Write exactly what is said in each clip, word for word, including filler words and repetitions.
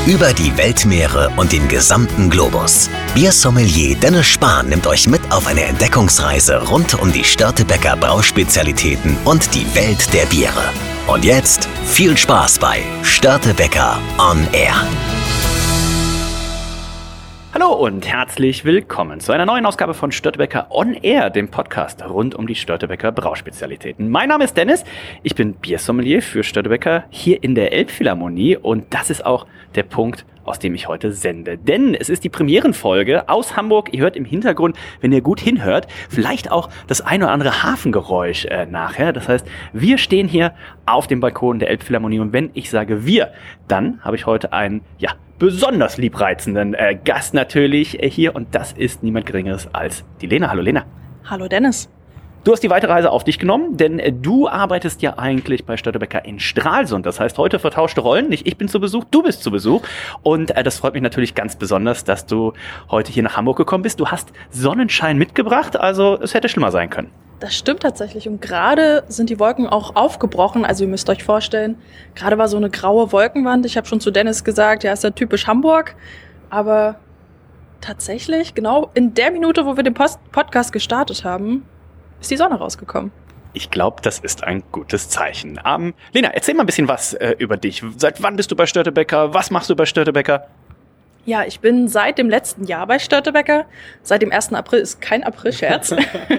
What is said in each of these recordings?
Über die Weltmeere und den gesamten Globus. Biersommelier Dennis Spahn nimmt euch mit auf eine Entdeckungsreise rund um die Störtebeker Brauspezialitäten und die Welt der Biere. Und jetzt viel Spaß bei Störtebeker On Air. Hallo und herzlich willkommen zu einer neuen Ausgabe von Störtebeker On Air, dem Podcast rund um die Störtebeker Brauspezialitäten. Mein Name ist Dennis, ich bin Biersommelier für Störtebeker hier in der Elbphilharmonie und das ist auch der Punkt, aus dem ich heute sende. Denn es ist die Premierenfolge aus Hamburg. Ihr hört im Hintergrund, wenn ihr gut hinhört, vielleicht auch das ein oder andere Hafengeräusch äh, nachher. Das heißt, wir stehen hier auf dem Balkon der Elbphilharmonie und wenn ich sage wir, dann habe ich heute einen, ja, besonders liebreizenden äh, Gast natürlich äh, hier und das ist niemand Geringeres als die Lena. Hallo Lena. Hallo Dennis. Du hast die weite Reise auf dich genommen, denn äh, du arbeitest ja eigentlich bei Störtebeker in Stralsund. Das heißt, heute vertauschte Rollen. Nicht ich bin zu Besuch, du bist zu Besuch. Und äh, das freut mich natürlich ganz besonders, dass du heute hier nach Hamburg gekommen bist. Du hast Sonnenschein mitgebracht, also es hätte schlimmer sein können. Das stimmt tatsächlich. Und gerade sind die Wolken auch aufgebrochen. Also ihr müsst euch vorstellen, gerade war so eine graue Wolkenwand. Ich habe schon zu Dennis gesagt, ja, ist ja typisch Hamburg. Aber tatsächlich, genau in der Minute, wo wir den Post- Podcast gestartet haben, ist die Sonne rausgekommen. Ich glaube, das ist ein gutes Zeichen. Ähm, Lena, erzähl mal ein bisschen was äh, über dich. Seit wann bist du bei Störtebeker? Was machst du bei Störtebeker? Ja, ich bin seit dem letzten Jahr bei Störtebeker. Seit dem ersten April ist kein April-Scherz.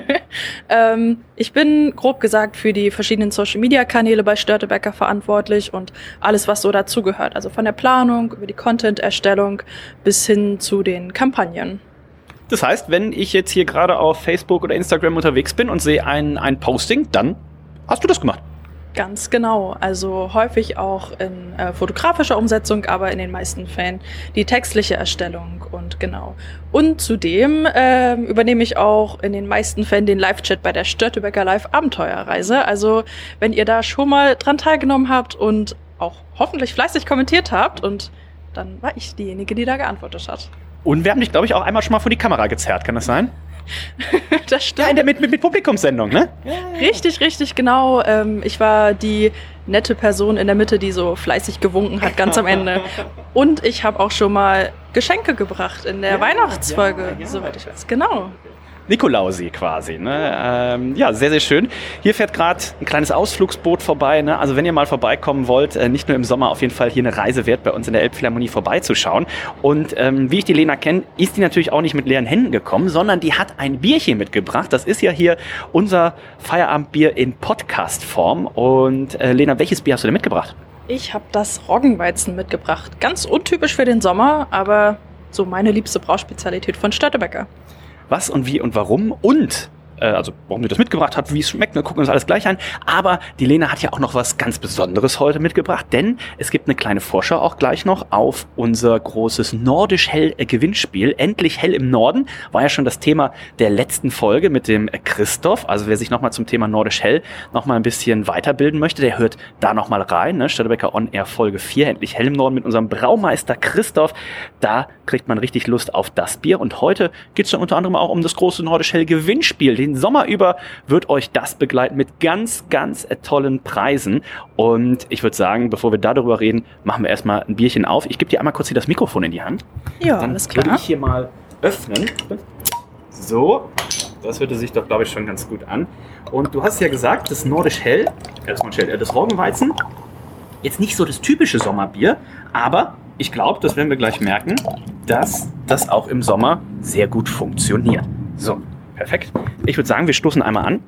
ähm, ich bin grob gesagt für die verschiedenen Social-Media-Kanäle bei Störtebeker verantwortlich und alles, was so dazugehört. Also von der Planung über die Content-Erstellung bis hin zu den Kampagnen. Das heißt, wenn ich jetzt hier gerade auf Facebook oder Instagram unterwegs bin und sehe ein, ein Posting, dann hast du das gemacht. Ganz genau. Also häufig auch in äh, fotografischer Umsetzung, aber in den meisten Fällen die textliche Erstellung und genau. Und zudem äh, übernehme ich auch in den meisten Fällen den Live-Chat bei der Störtebeker Live-Abenteuerreise. Also wenn ihr da schon mal dran teilgenommen habt und auch hoffentlich fleißig kommentiert habt und dann war ich diejenige, die da geantwortet hat. Und wir haben dich, glaube ich, auch einmal schon mal vor die Kamera gezerrt, kann das sein? Das stimmt. Ja, in der, mit, mit, mit Publikumssendung, ne? Richtig, richtig, genau. Ähm, ich war die nette Person in der Mitte, die so fleißig gewunken hat, ganz am Ende. Und ich habe auch schon mal Geschenke gebracht in der ja, Weihnachtsfolge, ja, ja. Soweit ich weiß. Genau. Nikolausi quasi, ne? Ähm, ja, sehr, sehr schön. Hier fährt gerade ein kleines Ausflugsboot vorbei, ne? Also wenn ihr mal vorbeikommen wollt, äh, nicht nur im Sommer, auf jeden Fall hier eine Reise wert, bei uns in der Elbphilharmonie vorbeizuschauen. Und ähm, wie ich die Lena kenne, ist die natürlich auch nicht mit leeren Händen gekommen, sondern die hat ein Bierchen mitgebracht. Das ist ja hier unser Feierabendbier in Podcast-Form. Und äh, Lena, welches Bier hast du denn mitgebracht? Ich habe das Roggenweizen mitgebracht. Ganz untypisch für den Sommer, aber so meine liebste Brauspezialität von Störtebeker. Was und wie und warum und äh, also warum sie das mitgebracht hat, wie es schmeckt, wir gucken uns alles gleich an. Aber die Lena hat ja auch noch was ganz Besonderes heute mitgebracht, denn es gibt eine kleine Vorschau auch gleich noch auf unser großes Nordisch Hell Gewinnspiel. Endlich hell im Norden war ja schon das Thema der letzten Folge mit dem Christoph. Also wer sich nochmal zum Thema Nordisch Hell nochmal ein bisschen weiterbilden möchte, der hört da nochmal rein. Ne? Störtebeker On Air Folge vier, Endlich hell im Norden mit unserem Braumeister Christoph. Da kriegt man richtig Lust auf das Bier. Und heute geht es dann unter anderem auch um das große Nordisch Hell Gewinnspiel. Den Sommer über wird euch das begleiten mit ganz, ganz äh, tollen Preisen. Und ich würde sagen, bevor wir da darüber reden, machen wir erstmal ein Bierchen auf. Ich gebe dir einmal kurz hier das Mikrofon in die Hand. Ja, alles klar. Dann würde ich hier mal öffnen. So, das hörte sich doch, glaube ich, schon ganz gut an. Und du hast ja gesagt, das Nordisch Hell, äh, das, Nordisch Hell, äh, das Roggenweizen, jetzt nicht so das typische Sommerbier, aber ich glaube, das werden wir gleich merken, dass das auch im Sommer sehr gut funktioniert. So, perfekt. Ich würde sagen, wir stoßen einmal an.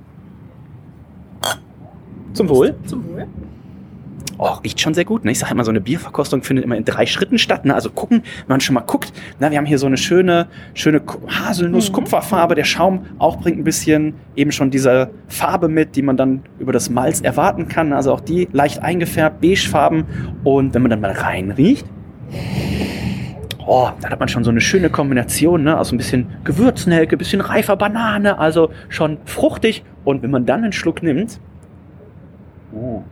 Zum Wohl. Zum Wohl. Oh, riecht schon sehr gut. Ne? Ich sage immer, so eine Bierverkostung findet immer in drei Schritten statt. Ne? Also gucken, wenn man schon mal guckt. Na, wir haben hier so eine schöne, schöne Haselnuss-Kupferfarbe. Der Schaum auch bringt ein bisschen eben schon diese Farbe mit, die man dann über das Malz erwarten kann. Also auch die leicht eingefärbt, beigefarben. Und wenn man dann mal reinriecht, oh, dann hat man schon so eine schöne Kombination, ne? Also ein bisschen Gewürznelke, ein bisschen reifer Banane, also schon fruchtig. Und wenn man dann einen Schluck nimmt, oh,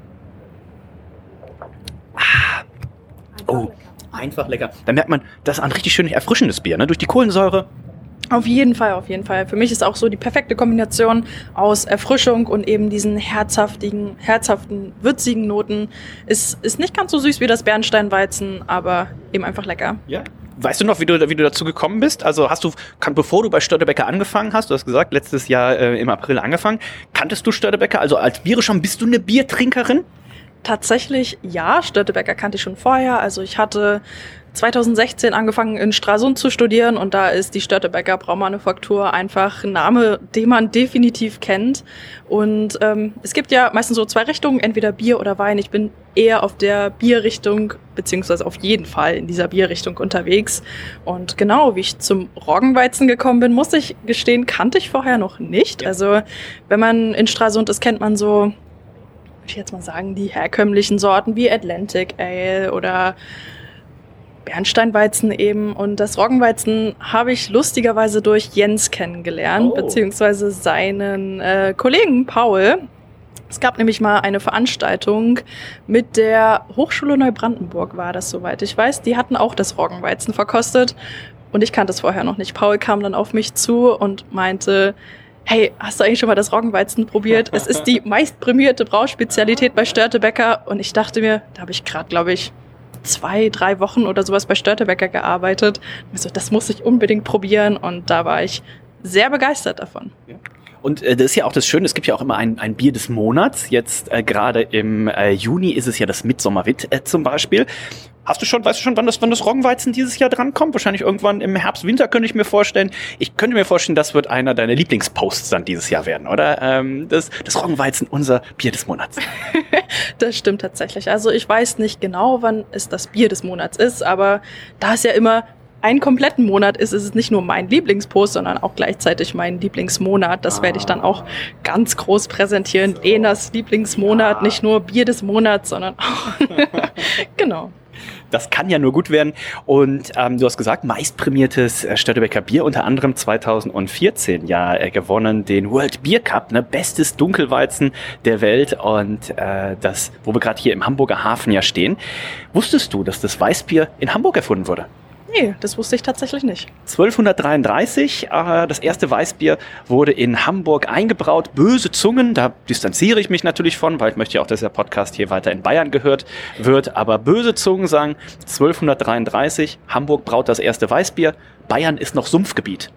ah, oh, einfach lecker. Dann merkt man, das ist ein richtig schönes, erfrischendes Bier, ne? Durch die Kohlensäure Auf jeden Fall, auf jeden Fall. Für mich ist auch so die perfekte Kombination aus Erfrischung und eben diesen herzhaftigen, herzhaften, würzigen Noten. Ist, ist nicht ganz so süß wie das Bernsteinweizen, aber eben einfach lecker. Ja. Weißt du noch, wie du, wie du dazu gekommen bist? Also hast du, kann, bevor du bei Störtebeker angefangen hast, du hast gesagt, letztes Jahr äh, im April angefangen, kanntest du Störtebeker? Also als Biere schon, bist du eine Biertrinkerin? Tatsächlich ja, Störtebeker kannte ich schon vorher. Also ich hatte zweitausendsechzehn angefangen in Stralsund zu studieren und da ist die Störtebeker Braumanufaktur einfach ein Name, den man definitiv kennt. Und ähm, es gibt ja meistens so zwei Richtungen, entweder Bier oder Wein. Ich bin eher auf der Bierrichtung, beziehungsweise auf jeden Fall in dieser Bierrichtung unterwegs. Und genau, wie ich zum Roggenweizen gekommen bin, muss ich gestehen, kannte ich vorher noch nicht. Ja. Also wenn man in Stralsund ist, kennt man so, würde ich jetzt mal sagen, die herkömmlichen Sorten wie Atlantic Ale oder Bernsteinweizen eben. Und das Roggenweizen habe ich lustigerweise durch Jens kennengelernt, oh. beziehungsweise seinen äh, Kollegen Paul. Es gab nämlich mal eine Veranstaltung mit der Hochschule Neubrandenburg, war das, soweit ich weiß. Die hatten auch das Roggenweizen verkostet und ich kannte es vorher noch nicht. Paul kam dann auf mich zu und meinte: Hey, hast du eigentlich schon mal das Roggenweizen probiert? Es ist die meistprämierte Brauspezialität bei Störtebeker. Und ich dachte mir, da habe ich gerade, glaube ich, zwei, drei Wochen oder sowas bei Störtebeker gearbeitet. Also, das muss ich unbedingt probieren. Und da war ich sehr begeistert davon. Ja. Und äh, das ist ja auch das Schöne, es gibt ja auch immer ein, ein Bier des Monats. Jetzt äh, gerade im äh, Juni ist es ja das Mitsommerwitt äh, zum Beispiel. Hast du schon, weißt du schon, wann das, wann das Roggenweizen dieses Jahr drankommt? Wahrscheinlich irgendwann im Herbst, Winter, könnte ich mir vorstellen. Ich könnte mir vorstellen, das wird einer deiner Lieblingsposts dann dieses Jahr werden, oder? Ähm, das, das Roggenweizen, unser Bier des Monats. Das stimmt tatsächlich. Also ich weiß nicht genau, wann es das Bier des Monats ist, aber da es ja immer einen kompletten Monat ist, ist es nicht nur mein Lieblingspost, sondern auch gleichzeitig mein Lieblingsmonat. Das ah. werde ich dann auch ganz groß präsentieren. So. Lenas Lieblingsmonat, ja. Nicht nur Bier des Monats, sondern auch genau. Das kann ja nur gut werden. Und ähm, du hast gesagt, meistprämiertes äh, Störtebeker Bier, unter anderem zweitausendvierzehn ja äh, gewonnen, den World Beer Cup, ne, bestes Dunkelweizen der Welt. Und äh, das, wo wir gerade hier im Hamburger Hafen ja stehen. Wusstest du, dass das Weißbier in Hamburg erfunden wurde? Nee, das wusste ich tatsächlich nicht. zwölfhundertdreiunddreißig, äh, das erste Weißbier wurde in Hamburg eingebraut. Böse Zungen, da distanziere ich mich natürlich von, weil ich möchte ja auch, dass der Podcast hier weiter in Bayern gehört wird. Aber böse Zungen sagen, zwölfhundertdreiunddreißig, Hamburg braut das erste Weißbier, Bayern ist noch Sumpfgebiet.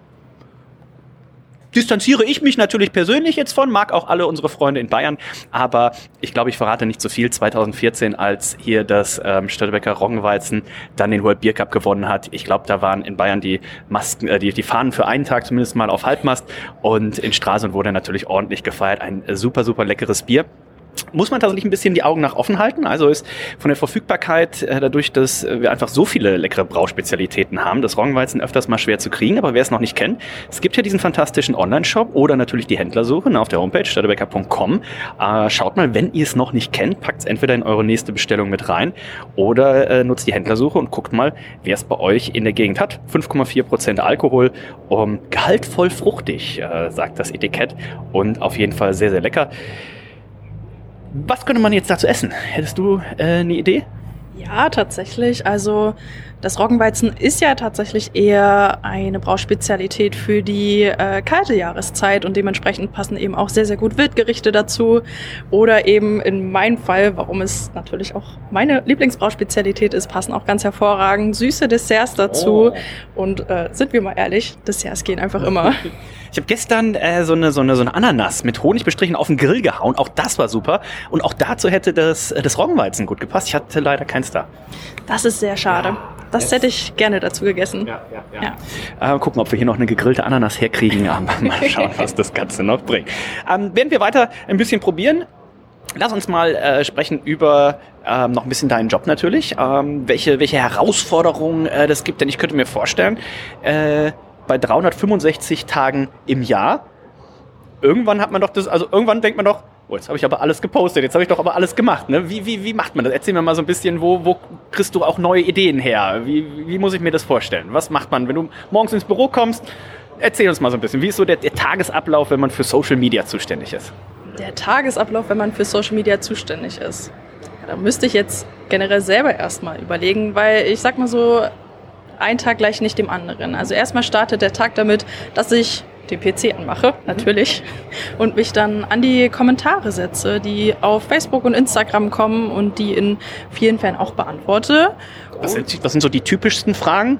Distanziere ich mich natürlich persönlich jetzt von, mag auch alle unsere Freunde in Bayern, aber ich glaube, ich verrate nicht zu viel. zweitausendvierzehn, als hier das ähm, Störtebeker Roggenweizen dann den World Beer Cup gewonnen hat, ich glaube, da waren in Bayern die Masken, äh, die, die Fahnen für einen Tag zumindest mal auf Halbmast und in Stralsund wurde natürlich ordentlich gefeiert. Ein super, super leckeres Bier. Muss man tatsächlich ein bisschen die Augen nach offen halten. Also ist von der Verfügbarkeit, äh, dadurch, dass wir einfach so viele leckere Brauspezialitäten haben, das Roggenweizen öfters mal schwer zu kriegen. Aber wer es noch nicht kennt, es gibt ja diesen fantastischen Online-Shop oder natürlich die Händlersuche ne, auf der Homepage störtebeker punkt com. Äh, schaut mal, wenn ihr es noch nicht kennt, packt es entweder in eure nächste Bestellung mit rein oder äh, nutzt die Händlersuche und guckt mal, wer es bei euch in der Gegend hat. fünf Komma vier Prozent Alkohol, um, gehaltvoll fruchtig, äh, sagt das Etikett und auf jeden Fall sehr, sehr lecker. Was könnte man jetzt dazu essen? Hättest du äh, eine Idee? Ja, tatsächlich. Also das Roggenweizen ist ja tatsächlich eher eine Brauspezialität für die äh, kalte Jahreszeit und dementsprechend passen eben auch sehr, sehr gut Wildgerichte dazu. Oder eben in meinem Fall, warum es natürlich auch meine Lieblingsbrauspezialität ist, passen auch ganz hervorragend süße Desserts dazu. Oh. Und äh, sind wir mal ehrlich, Desserts gehen einfach immer. Ich habe gestern äh, so, eine, so, eine, so eine Ananas mit Honig bestrichen auf den Grill gehauen. Auch das war super. Und auch dazu hätte das, das Roggenweizen gut gepasst. Ich hatte leider keins da. Das ist sehr schade. Ja, das hätte ich gerne dazu gegessen. Ja, ja, ja. ja. Äh, gucken, ob wir hier noch eine gegrillte Ananas herkriegen. Aber mal schauen, was das Ganze noch bringt. Ähm, werden wir weiter ein bisschen probieren. Lass uns mal äh, sprechen über ähm, noch ein bisschen deinen Job natürlich. Ähm, welche, welche Herausforderungen äh, das gibt. Denn ich könnte mir vorstellen, äh, bei dreihundertfünfundsechzig Tagen im Jahr, irgendwann hat man doch das, also irgendwann denkt man doch, oh, jetzt habe ich aber alles gepostet, jetzt habe ich doch aber alles gemacht. Ne? Wie, wie, wie macht man das? Erzähl mir mal so ein bisschen, wo, wo kriegst du auch neue Ideen her? Wie, wie muss ich mir das vorstellen? Was macht man, wenn du morgens ins Büro kommst? Erzähl uns mal so ein bisschen, wie ist so der, der Tagesablauf, wenn man für Social Media zuständig ist? Der Tagesablauf, wenn man für Social Media zuständig ist. Ja, da müsste ich jetzt generell selber erstmal überlegen, weil ich sag mal so, ein Tag gleich nicht dem anderen. Also erstmal startet der Tag damit, dass ich den P C anmache, natürlich, und mich dann an die Kommentare setze, die auf Facebook und Instagram kommen und die in vielen Fällen auch beantworte. Was sind, was sind so die typischsten Fragen?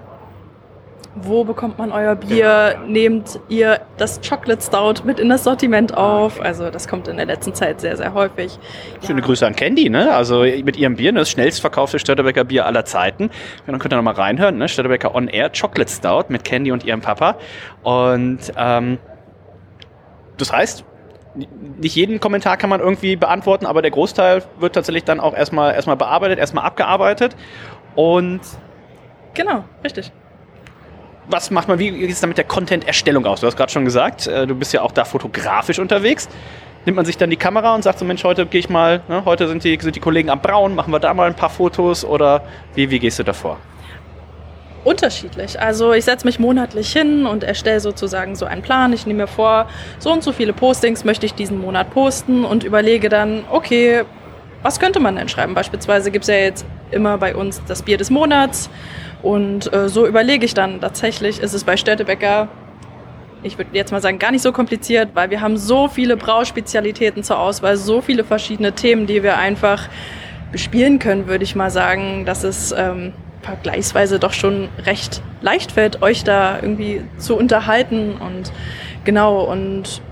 Wo bekommt man euer Bier? Ja. Nehmt ihr das Chocolate Stout mit in das Sortiment auf? Also das kommt in der letzten Zeit sehr, sehr häufig. Schöne ja. Grüße an Candy, ne? Also mit ihrem Bier, ne? Das schnellst verkaufte Störtebeker Bier aller Zeiten. Dann könnt ihr noch mal reinhören, ne? Störtebeker On Air Chocolate Stout mit Candy und ihrem Papa. Und ähm, das heißt, nicht jeden Kommentar kann man irgendwie beantworten, aber der Großteil wird tatsächlich dann auch erstmal erstmal bearbeitet, erstmal abgearbeitet. Und genau, richtig. Was macht man, wie geht es da mit der Content-Erstellung aus? Du hast gerade schon gesagt, du bist ja auch da fotografisch unterwegs. Nimmt man sich dann die Kamera und sagt so, Mensch, heute gehe ich mal, ne, heute sind die, sind die Kollegen am Brauen, machen wir da mal ein paar Fotos oder wie, wie gehst du da vor? Unterschiedlich. Also ich setze mich monatlich hin und erstelle sozusagen so einen Plan. Ich nehme mir vor, so und so viele Postings möchte ich diesen Monat posten und überlege dann, okay, was könnte man denn schreiben? Beispielsweise gibt es ja jetzt immer bei uns das Bier des Monats. Und äh, so überlege ich dann tatsächlich, ist es bei Störtebeker, ich würde jetzt mal sagen, gar nicht so kompliziert, weil wir haben so viele Brauspezialitäten zur Auswahl, so viele verschiedene Themen, die wir einfach bespielen können, würde ich mal sagen, dass es ähm, vergleichsweise doch schon recht leicht fällt, euch da irgendwie zu unterhalten. Und genau, und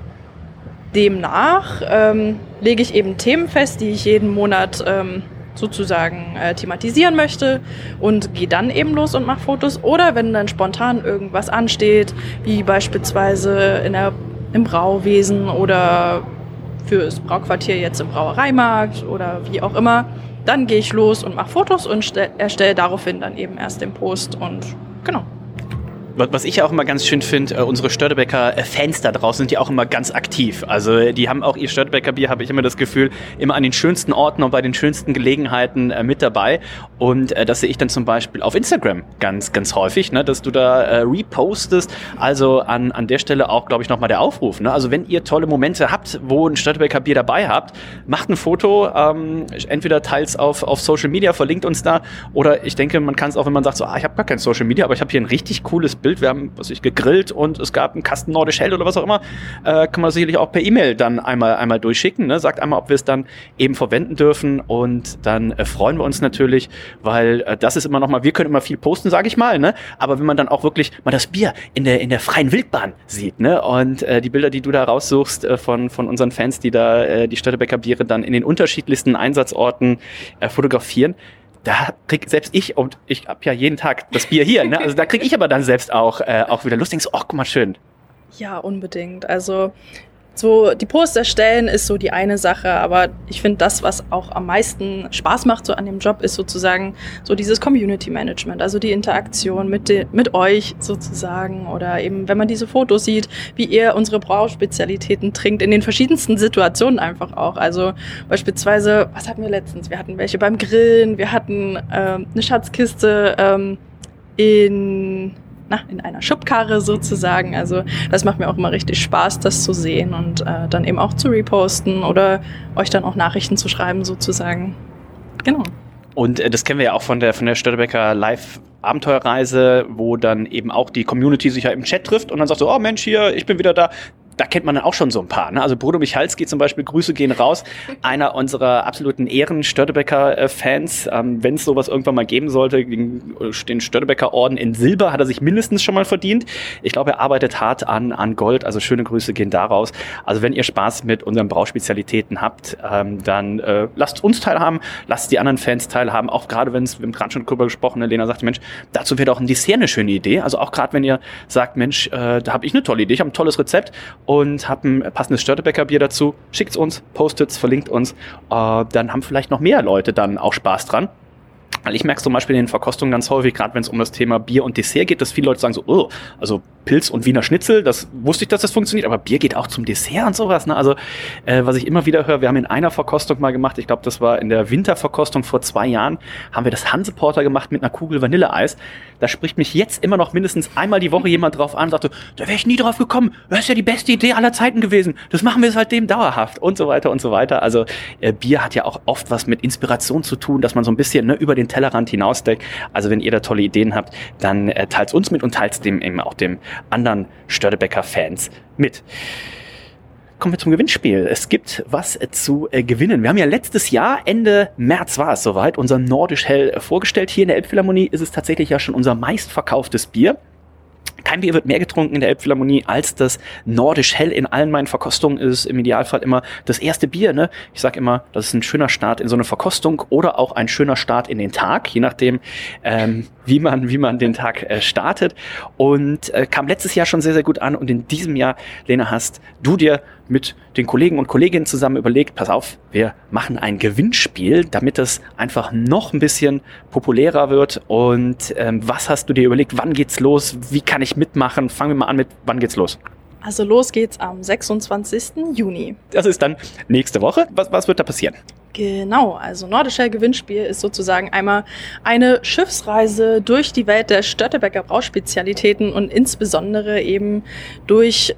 demnach ähm, lege ich eben Themen fest, die ich jeden Monat ähm, sozusagen äh, thematisieren möchte und gehe dann eben los und mache Fotos. Oder wenn dann spontan irgendwas ansteht, wie beispielsweise in der, im Brauwesen oder fürs Brauquartier jetzt im Brauereimarkt oder wie auch immer, dann gehe ich los und mache Fotos und stell, erstelle daraufhin dann eben erst den Post und genau. Was ich auch immer ganz schön finde, äh, unsere Störtebeker-Fans da draußen sind ja auch immer ganz aktiv. Also die haben auch ihr Störtebeker-Bier, habe ich immer das Gefühl, immer an den schönsten Orten und bei den schönsten Gelegenheiten äh, mit dabei. Und äh, das sehe ich dann zum Beispiel auf Instagram ganz, ganz häufig, ne, dass du da äh, repostest. Also an, an der Stelle auch, glaube ich, nochmal der Aufruf. Ne? Also wenn ihr tolle Momente habt, wo ein Störtebeker-Bier dabei habt, macht ein Foto, ähm, entweder teils auf, auf Social Media, verlinkt uns da. Oder ich denke, man kann es auch, wenn man sagt, so, ah, ich habe gar kein Social Media, aber ich habe hier ein richtig cooles Bild. Wir haben, was ich, gegrillt und es gab einen Kasten Nordisch Hell oder was auch immer, äh, kann man sicherlich auch per E-Mail dann einmal, einmal durchschicken, ne? Sagt einmal, ob wir es dann eben verwenden dürfen und dann äh, freuen wir uns natürlich, weil äh, das ist immer noch mal, wir können immer viel posten, sage ich mal, ne? Aber wenn man dann auch wirklich mal das Bier in der, in der freien Wildbahn sieht, ne? Und äh, die Bilder, die du da raussuchst äh, von, von unseren Fans, die da äh, die Störtebeker Biere dann in den unterschiedlichsten Einsatzorten äh, fotografieren, da krieg selbst ich, und ich hab ja jeden Tag das Bier hier, ne? Also da krieg ich aber dann selbst auch, äh, auch wieder Lust, denkst so, oh, guck mal, schön. Ja, unbedingt. Also so die Posts erstellen ist so die eine Sache, aber ich finde, das, was auch am meisten Spaß macht so an dem Job, ist sozusagen so dieses Community Management, also die Interaktion mit, de, mit euch sozusagen oder eben, wenn man diese Fotos sieht, wie ihr unsere Brauspezialitäten trinkt, in den verschiedensten Situationen einfach auch. Also beispielsweise, was hatten wir letztens? Wir hatten welche beim Grillen, wir hatten ähm, eine Schatzkiste ähm, in... Na, in einer Schubkarre sozusagen. Also das macht mir auch immer richtig Spaß, das zu sehen und äh, dann eben auch zu reposten oder euch dann auch Nachrichten zu schreiben sozusagen. Genau. Und äh, das kennen wir ja auch von der von der Störtebeker Live-Abenteuerreise, wo dann eben auch die Community sich ja im Chat trifft und dann sagt so, oh Mensch, hier, ich bin wieder da. Da kennt man dann auch schon so ein paar. Ne? Also Bruno Michalski zum Beispiel, Grüße gehen raus, einer unserer absoluten Ehren-Störtebeker-Fans. Ähm, wenn es sowas irgendwann mal geben sollte, den, den Störtebeker-Orden in Silber hat er sich mindestens schon mal verdient. Ich glaube, er arbeitet hart an, an Gold, also schöne Grüße gehen da raus. Also wenn ihr Spaß mit unseren Brauspezialitäten habt, ähm, dann äh, lasst uns teilhaben, lasst die anderen Fans teilhaben, auch gerade wenn es, wir haben gerade schon drüber gesprochen, Lena sagte, Mensch, dazu wäre doch ein Dessert eine schöne Idee. Also auch gerade wenn ihr sagt, Mensch, äh, da habe ich eine tolle Idee, ich habe ein tolles Rezept und habe ein passendes Störtebeker Bier dazu, schickt's uns, postet's, verlinkt uns, äh, dann haben vielleicht noch mehr Leute dann auch Spaß dran. Weil ich merke zum Beispiel in den Verkostungen ganz häufig, gerade wenn es um das Thema Bier und Dessert geht, dass viele Leute sagen so, oh, also Pilz und Wiener Schnitzel, das wusste ich, dass das funktioniert, aber Bier geht auch zum Dessert und sowas. Ne? Also äh, was ich immer wieder höre, wir haben in einer Verkostung mal gemacht, ich glaube, das war in der Winterverkostung vor zwei Jahren, haben wir das Hanseporter gemacht mit einer Kugel Vanilleeis. Da spricht mich jetzt immer noch mindestens einmal die Woche jemand drauf an und sagt so, da wäre ich nie drauf gekommen, das ist ja die beste Idee aller Zeiten gewesen, das machen wir seitdem dauerhaft und so weiter und so weiter. Also äh, Bier hat ja auch oft was mit Inspiration zu tun, dass man so ein bisschen ne, über den Tellerrand hinausdenkt. Also wenn ihr da tolle Ideen habt, dann äh, teilt uns mit und teilt dem eben auch dem anderen Störtebeker-Fans mit. Kommen wir zum Gewinnspiel. Es gibt was zu äh, gewinnen. Wir haben ja letztes Jahr, Ende März war es soweit, unser Nordisch Hell äh, vorgestellt. Hier in der Elbphilharmonie ist es tatsächlich ja schon unser meistverkauftes Bier. Kein Bier wird mehr getrunken in der Elbphilharmonie als das Nordisch Hell. In allen meinen Verkostungen ist im Idealfall immer das erste Bier. Ne? Ich sage immer, das ist ein schöner Start in so eine Verkostung oder auch ein schöner Start in den Tag, je nachdem, ähm, wie man wie man den Tag äh, startet. Und äh, kam letztes Jahr schon sehr, sehr gut an. Und in diesem Jahr, Lena, hast du dir mit den Kollegen und Kolleginnen zusammen überlegt, pass auf, wir machen ein Gewinnspiel, damit das einfach noch ein bisschen populärer wird. Und ähm, was hast du dir überlegt? Wann geht's los? Wie kann ich mitmachen? Fangen wir mal an mit, wann geht's los? Also los geht's am sechsundzwanzigsten Juni. Das ist dann nächste Woche. Was, was wird da passieren? Genau, also Nordisch Hell Gewinnspiel ist sozusagen einmal eine Schiffsreise durch die Welt der Störtebeker Brauspezialitäten und insbesondere eben durch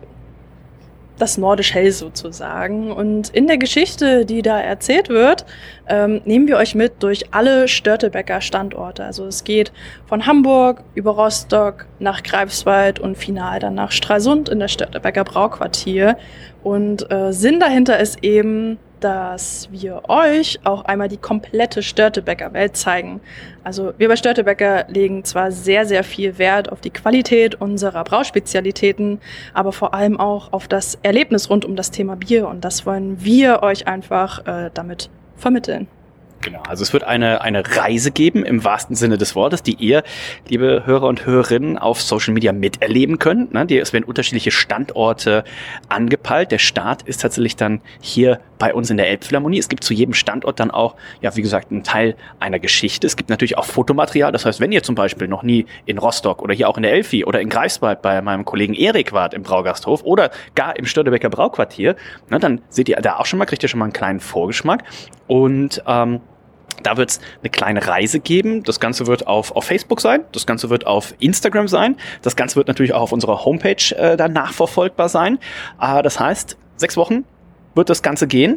das Nordisch Hell sozusagen. Und in der Geschichte, die da erzählt wird, ähm, nehmen wir euch mit durch alle Störtebeker Standorte. Also es geht von Hamburg über Rostock nach Greifswald und final dann nach Stralsund in das Störtebeker Brauquartier. Und äh, Sinn dahinter ist eben, dass wir euch auch einmal die komplette Störtebeker Welt zeigen. Also wir bei Störtebeker legen zwar sehr, sehr viel Wert auf die Qualität unserer Brauspezialitäten, aber vor allem auch auf das Erlebnis rund um das Thema Bier. Und das wollen wir euch einfach äh, damit vermitteln. Genau, also es wird eine eine Reise geben, im wahrsten Sinne des Wortes, die ihr, liebe Hörer und Hörerinnen, auf Social Media miterleben könnt. Ne? Die, es werden unterschiedliche Standorte angepeilt. Der Start ist tatsächlich dann hier bei uns in der Elbphilharmonie. Es gibt zu jedem Standort dann auch, ja wie gesagt, einen Teil einer Geschichte. Es gibt natürlich auch Fotomaterial. Das heißt, wenn ihr zum Beispiel noch nie in Rostock oder hier auch in der Elfi oder in Greifswald bei meinem Kollegen Erik wart im Braugasthof oder gar im Störtebeker Brauquartier, ne, dann seht ihr da auch schon mal, kriegt ihr schon mal einen kleinen Vorgeschmack. Und ähm, da wird es eine kleine Reise geben. Das Ganze wird auf, auf Facebook sein. Das Ganze wird auf Instagram sein. Das Ganze wird natürlich auch auf unserer Homepage äh, dann nachverfolgbar sein. Äh, das heißt, sechs Wochen wird das Ganze gehen.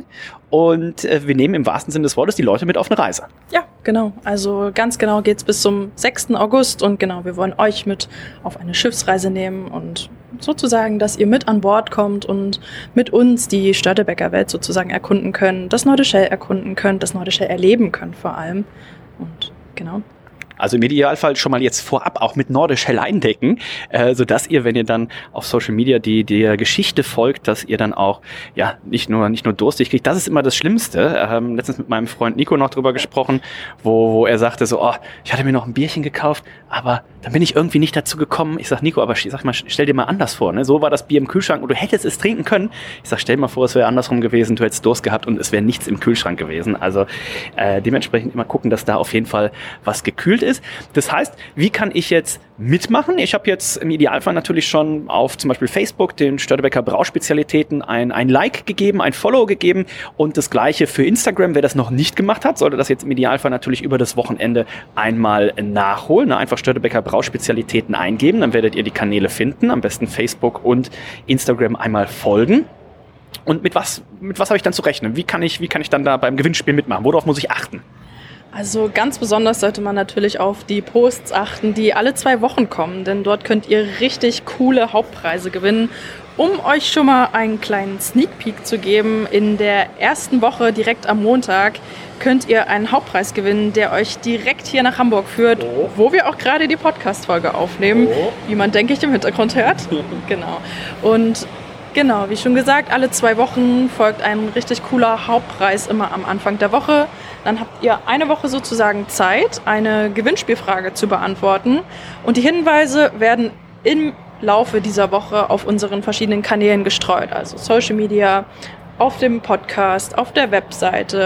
Und äh, wir nehmen im wahrsten Sinne des Wortes die Leute mit auf eine Reise. Ja, genau. Also ganz genau geht's bis zum sechsten August. Und genau, wir wollen euch mit auf eine Schiffsreise nehmen und sozusagen, dass ihr mit an Bord kommt und mit uns die Störtebeker Welt sozusagen erkunden könnt, das Nordisch Hell erkunden könnt, das Nordisch Hell erleben könnt vor allem. Und genau. Also im Idealfall schon mal jetzt vorab auch mit Nordisch Hell eindecken, äh, sodass ihr, wenn ihr dann auf Social Media die der Geschichte folgt, dass ihr dann auch ja nicht nur nicht nur durstig kriegt. Das ist immer das Schlimmste. Ähm, letztens mit meinem Freund Nico noch drüber gesprochen, wo, wo er sagte so, oh, ich hatte mir noch ein Bierchen gekauft, aber dann bin ich irgendwie nicht dazu gekommen. Ich sag, Nico, aber sag mal, stell dir mal anders vor, ne? So war das Bier im Kühlschrank und du hättest es trinken können. Ich sag, stell dir mal vor, es wäre andersrum gewesen, du hättest Durst gehabt und es wäre nichts im Kühlschrank gewesen. Also äh, dementsprechend immer gucken, dass da auf jeden Fall was gekühlt ist. Das heißt, wie kann ich jetzt mitmachen? Ich habe jetzt im Idealfall natürlich schon auf zum Beispiel Facebook den Störtebeker Brauspezialitäten ein, ein Like gegeben, ein Follow gegeben und das gleiche für Instagram. Wer das noch nicht gemacht hat, sollte das jetzt im Idealfall natürlich über das Wochenende einmal nachholen. Einfach Störtebeker Brauspezialitäten eingeben, dann werdet ihr die Kanäle finden, am besten Facebook und Instagram einmal folgen. Und mit was, mit was habe ich dann zu rechnen? Wie kann ich, wie kann ich dann da beim Gewinnspiel mitmachen? Worauf muss ich achten? Also ganz besonders sollte man natürlich auf die Posts achten, die alle zwei Wochen kommen, denn dort könnt ihr richtig coole Hauptpreise gewinnen. Um euch schon mal einen kleinen Sneak Peek zu geben, in der ersten Woche direkt am Montag könnt ihr einen Hauptpreis gewinnen, der euch direkt hier nach Hamburg führt, oh. wo wir auch gerade die Podcast-Folge aufnehmen, oh. wie man, denke ich, im Hintergrund hört. Genau. Und genau, wie schon gesagt, alle zwei Wochen folgt ein richtig cooler Hauptpreis immer am Anfang der Woche. Dann habt ihr eine Woche sozusagen Zeit, eine Gewinnspielfrage zu beantworten. Und die Hinweise werden im Laufe dieser Woche auf unseren verschiedenen Kanälen gestreut. Also Social Media, auf dem Podcast, auf der Webseite,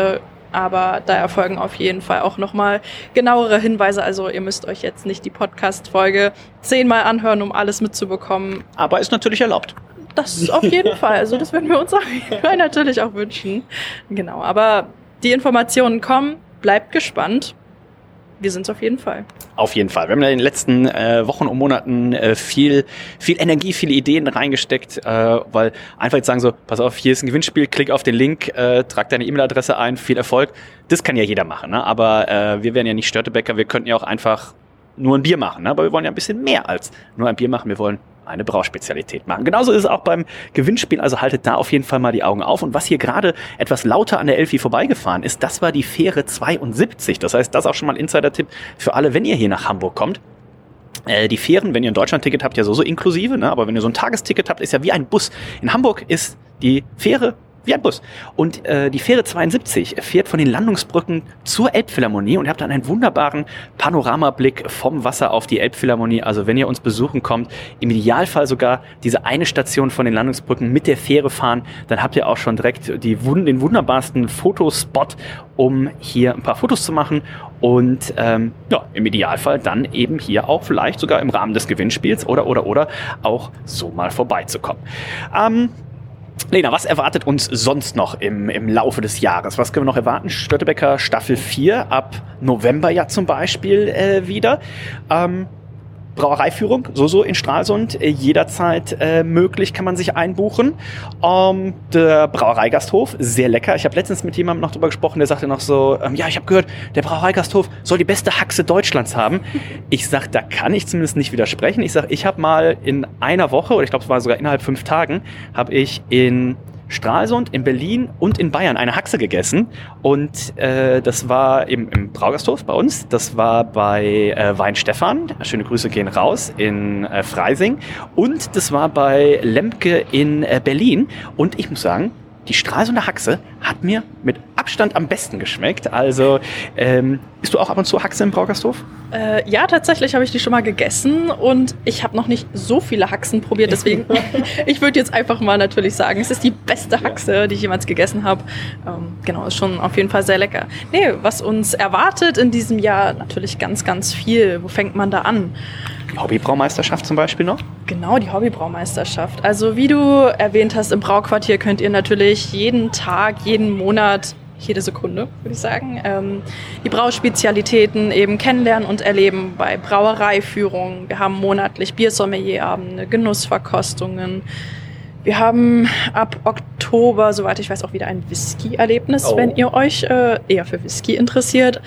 aber da erfolgen auf jeden Fall auch nochmal genauere Hinweise. Also ihr müsst euch jetzt nicht die Podcast-Folge zehnmal anhören, um alles mitzubekommen. Aber ist natürlich erlaubt. Das auf jeden Fall. Also das würden wir uns auf jeden Fall natürlich auch wünschen. Genau, aber die Informationen kommen. Bleibt gespannt. Wir sind es auf jeden Fall. Auf jeden Fall. Wir haben in den letzten äh, Wochen und Monaten äh, viel, viel Energie, viele Ideen reingesteckt, äh, weil einfach jetzt sagen so, pass auf, hier ist ein Gewinnspiel, klick auf den Link, äh, trag deine E-Mail-Adresse ein, viel Erfolg. Das kann ja jeder machen, ne? Aber äh, wir wären ja nicht Störtebäcker, wir könnten ja auch einfach nur ein Bier machen, ne? Aber wir wollen ja ein bisschen mehr als nur ein Bier machen, wir wollen eine Brauspezialität machen. Genauso ist es auch beim Gewinnspiel, also haltet da auf jeden Fall mal die Augen auf. Und was hier gerade etwas lauter an der Elfi vorbeigefahren ist, das war die Fähre zweiundsiebzig. Das heißt, das ist auch schon mal ein Insider-Tipp für alle, wenn ihr hier nach Hamburg kommt. Äh, die Fähren, wenn ihr ein Deutschland-Ticket habt, ja so, so inklusive, ne? Aber wenn ihr so ein Tagesticket habt, ist ja wie ein Bus. In Hamburg ist die Fähre wie ein Bus. Und äh, die Fähre zweiundsiebzig fährt von den Landungsbrücken zur Elbphilharmonie und ihr habt dann einen wunderbaren Panoramablick vom Wasser auf die Elbphilharmonie. Also wenn ihr uns besuchen kommt, im Idealfall sogar diese eine Station von den Landungsbrücken mit der Fähre fahren, dann habt ihr auch schon direkt die, den wunderbarsten Fotospot, um hier ein paar Fotos zu machen und ähm, ja, im Idealfall dann eben hier auch vielleicht sogar im Rahmen des Gewinnspiels oder oder oder auch so mal vorbeizukommen. Ähm, Lena, was erwartet uns sonst noch im, im Laufe des Jahres? Was können wir noch erwarten? Störtebecker Staffel vier ab November ja zum Beispiel äh, wieder. Ähm, Brauereiführung, so so in Stralsund, äh, jederzeit äh, möglich, kann man sich einbuchen. Ähm, der Brauereigasthof, sehr lecker. Ich habe letztens mit jemandem noch drüber gesprochen, der sagte noch so, ähm, ja, ich habe gehört, der Brauereigasthof soll die beste Haxe Deutschlands haben. Ich sag, da kann ich zumindest nicht widersprechen. Ich sag, ich habe mal in einer Woche, oder ich glaube, es war sogar innerhalb fünf Tagen, habe ich in Stralsund, in Berlin und in Bayern eine Haxe gegessen und äh, das war im, im Braugasthof bei uns, das war bei äh, Wein Stefan, schöne Grüße gehen raus, in äh, Freising und das war bei Lemke in äh, Berlin und ich muss sagen, die Stralsunder Haxe hat mir mit Abstand am besten geschmeckt. Also, ähm, bist du auch ab und zu Haxe im Braugasthof? Äh, ja, tatsächlich habe ich die schon mal gegessen und ich habe noch nicht so viele Haxen probiert. Deswegen, ich würde jetzt einfach mal natürlich sagen, es ist die beste Haxe, die ich jemals gegessen habe. Ähm, genau, ist schon auf jeden Fall sehr lecker. Nee, was uns erwartet in diesem Jahr, natürlich ganz, ganz viel. Wo fängt man da an? Die Hobbybraumeisterschaft zum Beispiel noch? Genau, die Hobbybraumeisterschaft. Also wie du erwähnt hast, im Brauquartier könnt ihr natürlich jeden Tag, jeden Monat, jede Sekunde, würde ich sagen, ähm, die Brauspezialitäten eben kennenlernen und erleben bei Brauereiführungen. Wir haben monatlich Biersommelier-Abende, Genussverkostungen. Wir haben ab Oktober, soweit ich weiß, auch wieder ein Whisky-Erlebnis, oh. wenn ihr euch äh, eher für Whisky interessiert.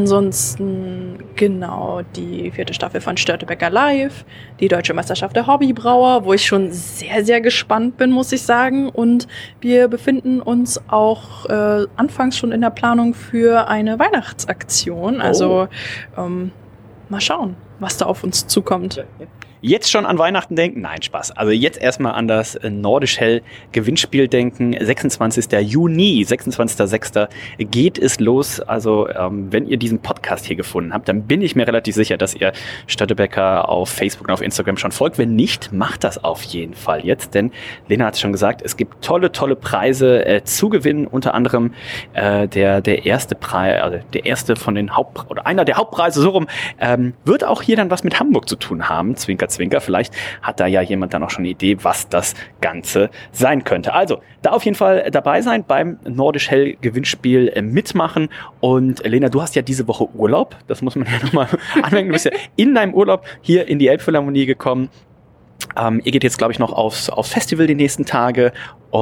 Ansonsten genau die vierte Staffel von Störtebecker Live, die Deutsche Meisterschaft der Hobbybrauer, wo ich schon sehr, sehr gespannt bin, muss ich sagen. Und wir befinden uns auch äh, anfangs schon in der Planung für eine Weihnachtsaktion. Also oh. ähm, mal schauen, was da auf uns zukommt. Ja, ja. Jetzt schon an Weihnachten denken? Nein, Spaß. Also jetzt erstmal an das Nordisch Hell Gewinnspiel denken. sechsundzwanzigsten Juni, sechsundzwanzigsten sechsten geht es los. Also ähm, wenn ihr diesen Podcast hier gefunden habt, dann bin ich mir relativ sicher, dass ihr Störtebecker auf Facebook und auf Instagram schon folgt. Wenn nicht, macht das auf jeden Fall jetzt. Denn Lena hat es schon gesagt, es gibt tolle, tolle Preise äh, zu gewinnen. Unter anderem äh, der der erste Preis, also der erste von den Haupt oder einer der Hauptpreise, so rum, ähm, wird auch hier dann was mit Hamburg zu tun haben. Zwinker, Zwinker. Vielleicht hat da ja jemand dann auch schon eine Idee, was das Ganze sein könnte. Also, da auf jeden Fall dabei sein, beim Nordisch Hell Gewinnspiel äh, mitmachen. Und äh, Lena, du hast ja diese Woche Urlaub. Das muss man ja nochmal anmerken. Du bist ja in deinem Urlaub hier in die Elbphilharmonie gekommen. Ähm, ihr geht jetzt, glaube ich, noch aufs, aufs Festival die nächsten Tage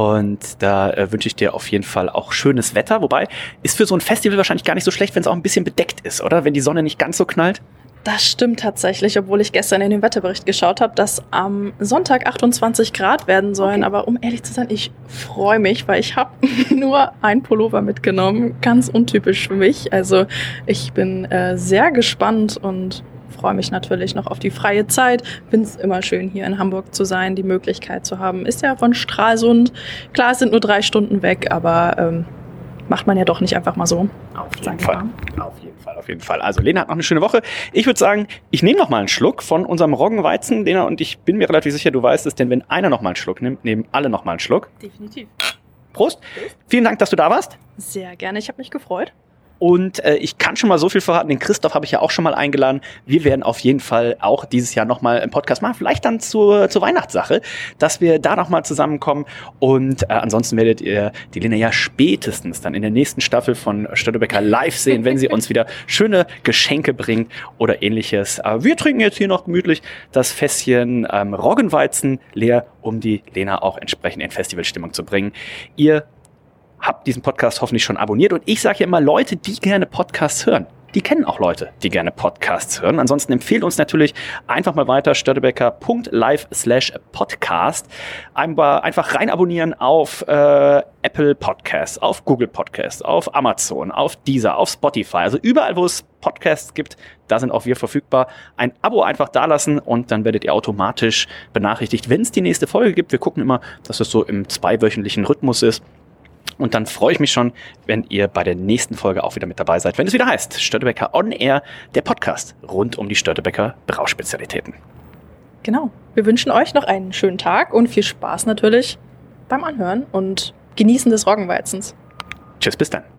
und da äh, wünsche ich dir auf jeden Fall auch schönes Wetter. Wobei, ist für so ein Festival wahrscheinlich gar nicht so schlecht, wenn es auch ein bisschen bedeckt ist, oder? Wenn die Sonne nicht ganz so knallt? Das stimmt tatsächlich, obwohl ich gestern in den Wetterbericht geschaut habe, dass am Sonntag achtundzwanzig Grad werden sollen. Okay. Aber um ehrlich zu sein, ich freue mich, weil ich habe nur ein Pullover mitgenommen. Ganz untypisch für mich. Also ich bin äh, sehr gespannt und freue mich natürlich noch auf die freie Zeit. Finde es immer schön, hier in Hamburg zu sein, die Möglichkeit zu haben. Ist ja von Stralsund. Klar, es sind nur drei Stunden weg, aber ähm, macht man ja doch nicht einfach mal so. Auf jeden Fall. Auf jeden Fall, auf jeden Fall. Also Lena hat noch eine schöne Woche. Ich würde sagen, ich nehme noch mal einen Schluck von unserem Roggenweizen, Lena, und ich bin mir relativ sicher, du weißt es, denn wenn einer noch mal einen Schluck nimmt, nehmen alle noch mal einen Schluck. Definitiv. Prost. Prost. Vielen Dank, dass du da warst. Sehr gerne, ich habe mich gefreut. Und äh, ich kann schon mal so viel verraten, den Christoph habe ich ja auch schon mal eingeladen. Wir werden auf jeden Fall auch dieses Jahr nochmal einen Podcast machen, vielleicht dann zur, zur Weihnachtssache, dass wir da nochmal zusammenkommen. Und äh, ansonsten werdet ihr die Lena ja spätestens dann in der nächsten Staffel von Störtebeker live sehen, wenn sie uns wieder schöne Geschenke bringt oder ähnliches. Aber wir trinken jetzt hier noch gemütlich das Fässchen ähm, Roggenweizen leer, um die Lena auch entsprechend in Festivalstimmung zu bringen. Ihr habt diesen Podcast hoffentlich schon abonniert. Und ich sage ja immer, Leute, die gerne Podcasts hören, die kennen auch Leute, die gerne Podcasts hören. Ansonsten empfehlt uns natürlich einfach mal weiter, störtebeker.live slash podcast. Einfach rein abonnieren auf äh, Apple Podcasts, auf Google Podcasts, auf Amazon, auf Deezer, auf Spotify. Also überall, wo es Podcasts gibt, da sind auch wir verfügbar. Ein Abo einfach dalassen und dann werdet ihr automatisch benachrichtigt, wenn es die nächste Folge gibt. Wir gucken immer, dass es so im zweiwöchentlichen Rhythmus ist. Und dann freue ich mich schon, wenn ihr bei der nächsten Folge auch wieder mit dabei seid, wenn es wieder heißt Störtebeker On Air, der Podcast rund um die Störtebeker Brauspezialitäten. Genau. Wir wünschen euch noch einen schönen Tag und viel Spaß natürlich beim Anhören und Genießen des Roggenweizens. Tschüss, bis dann.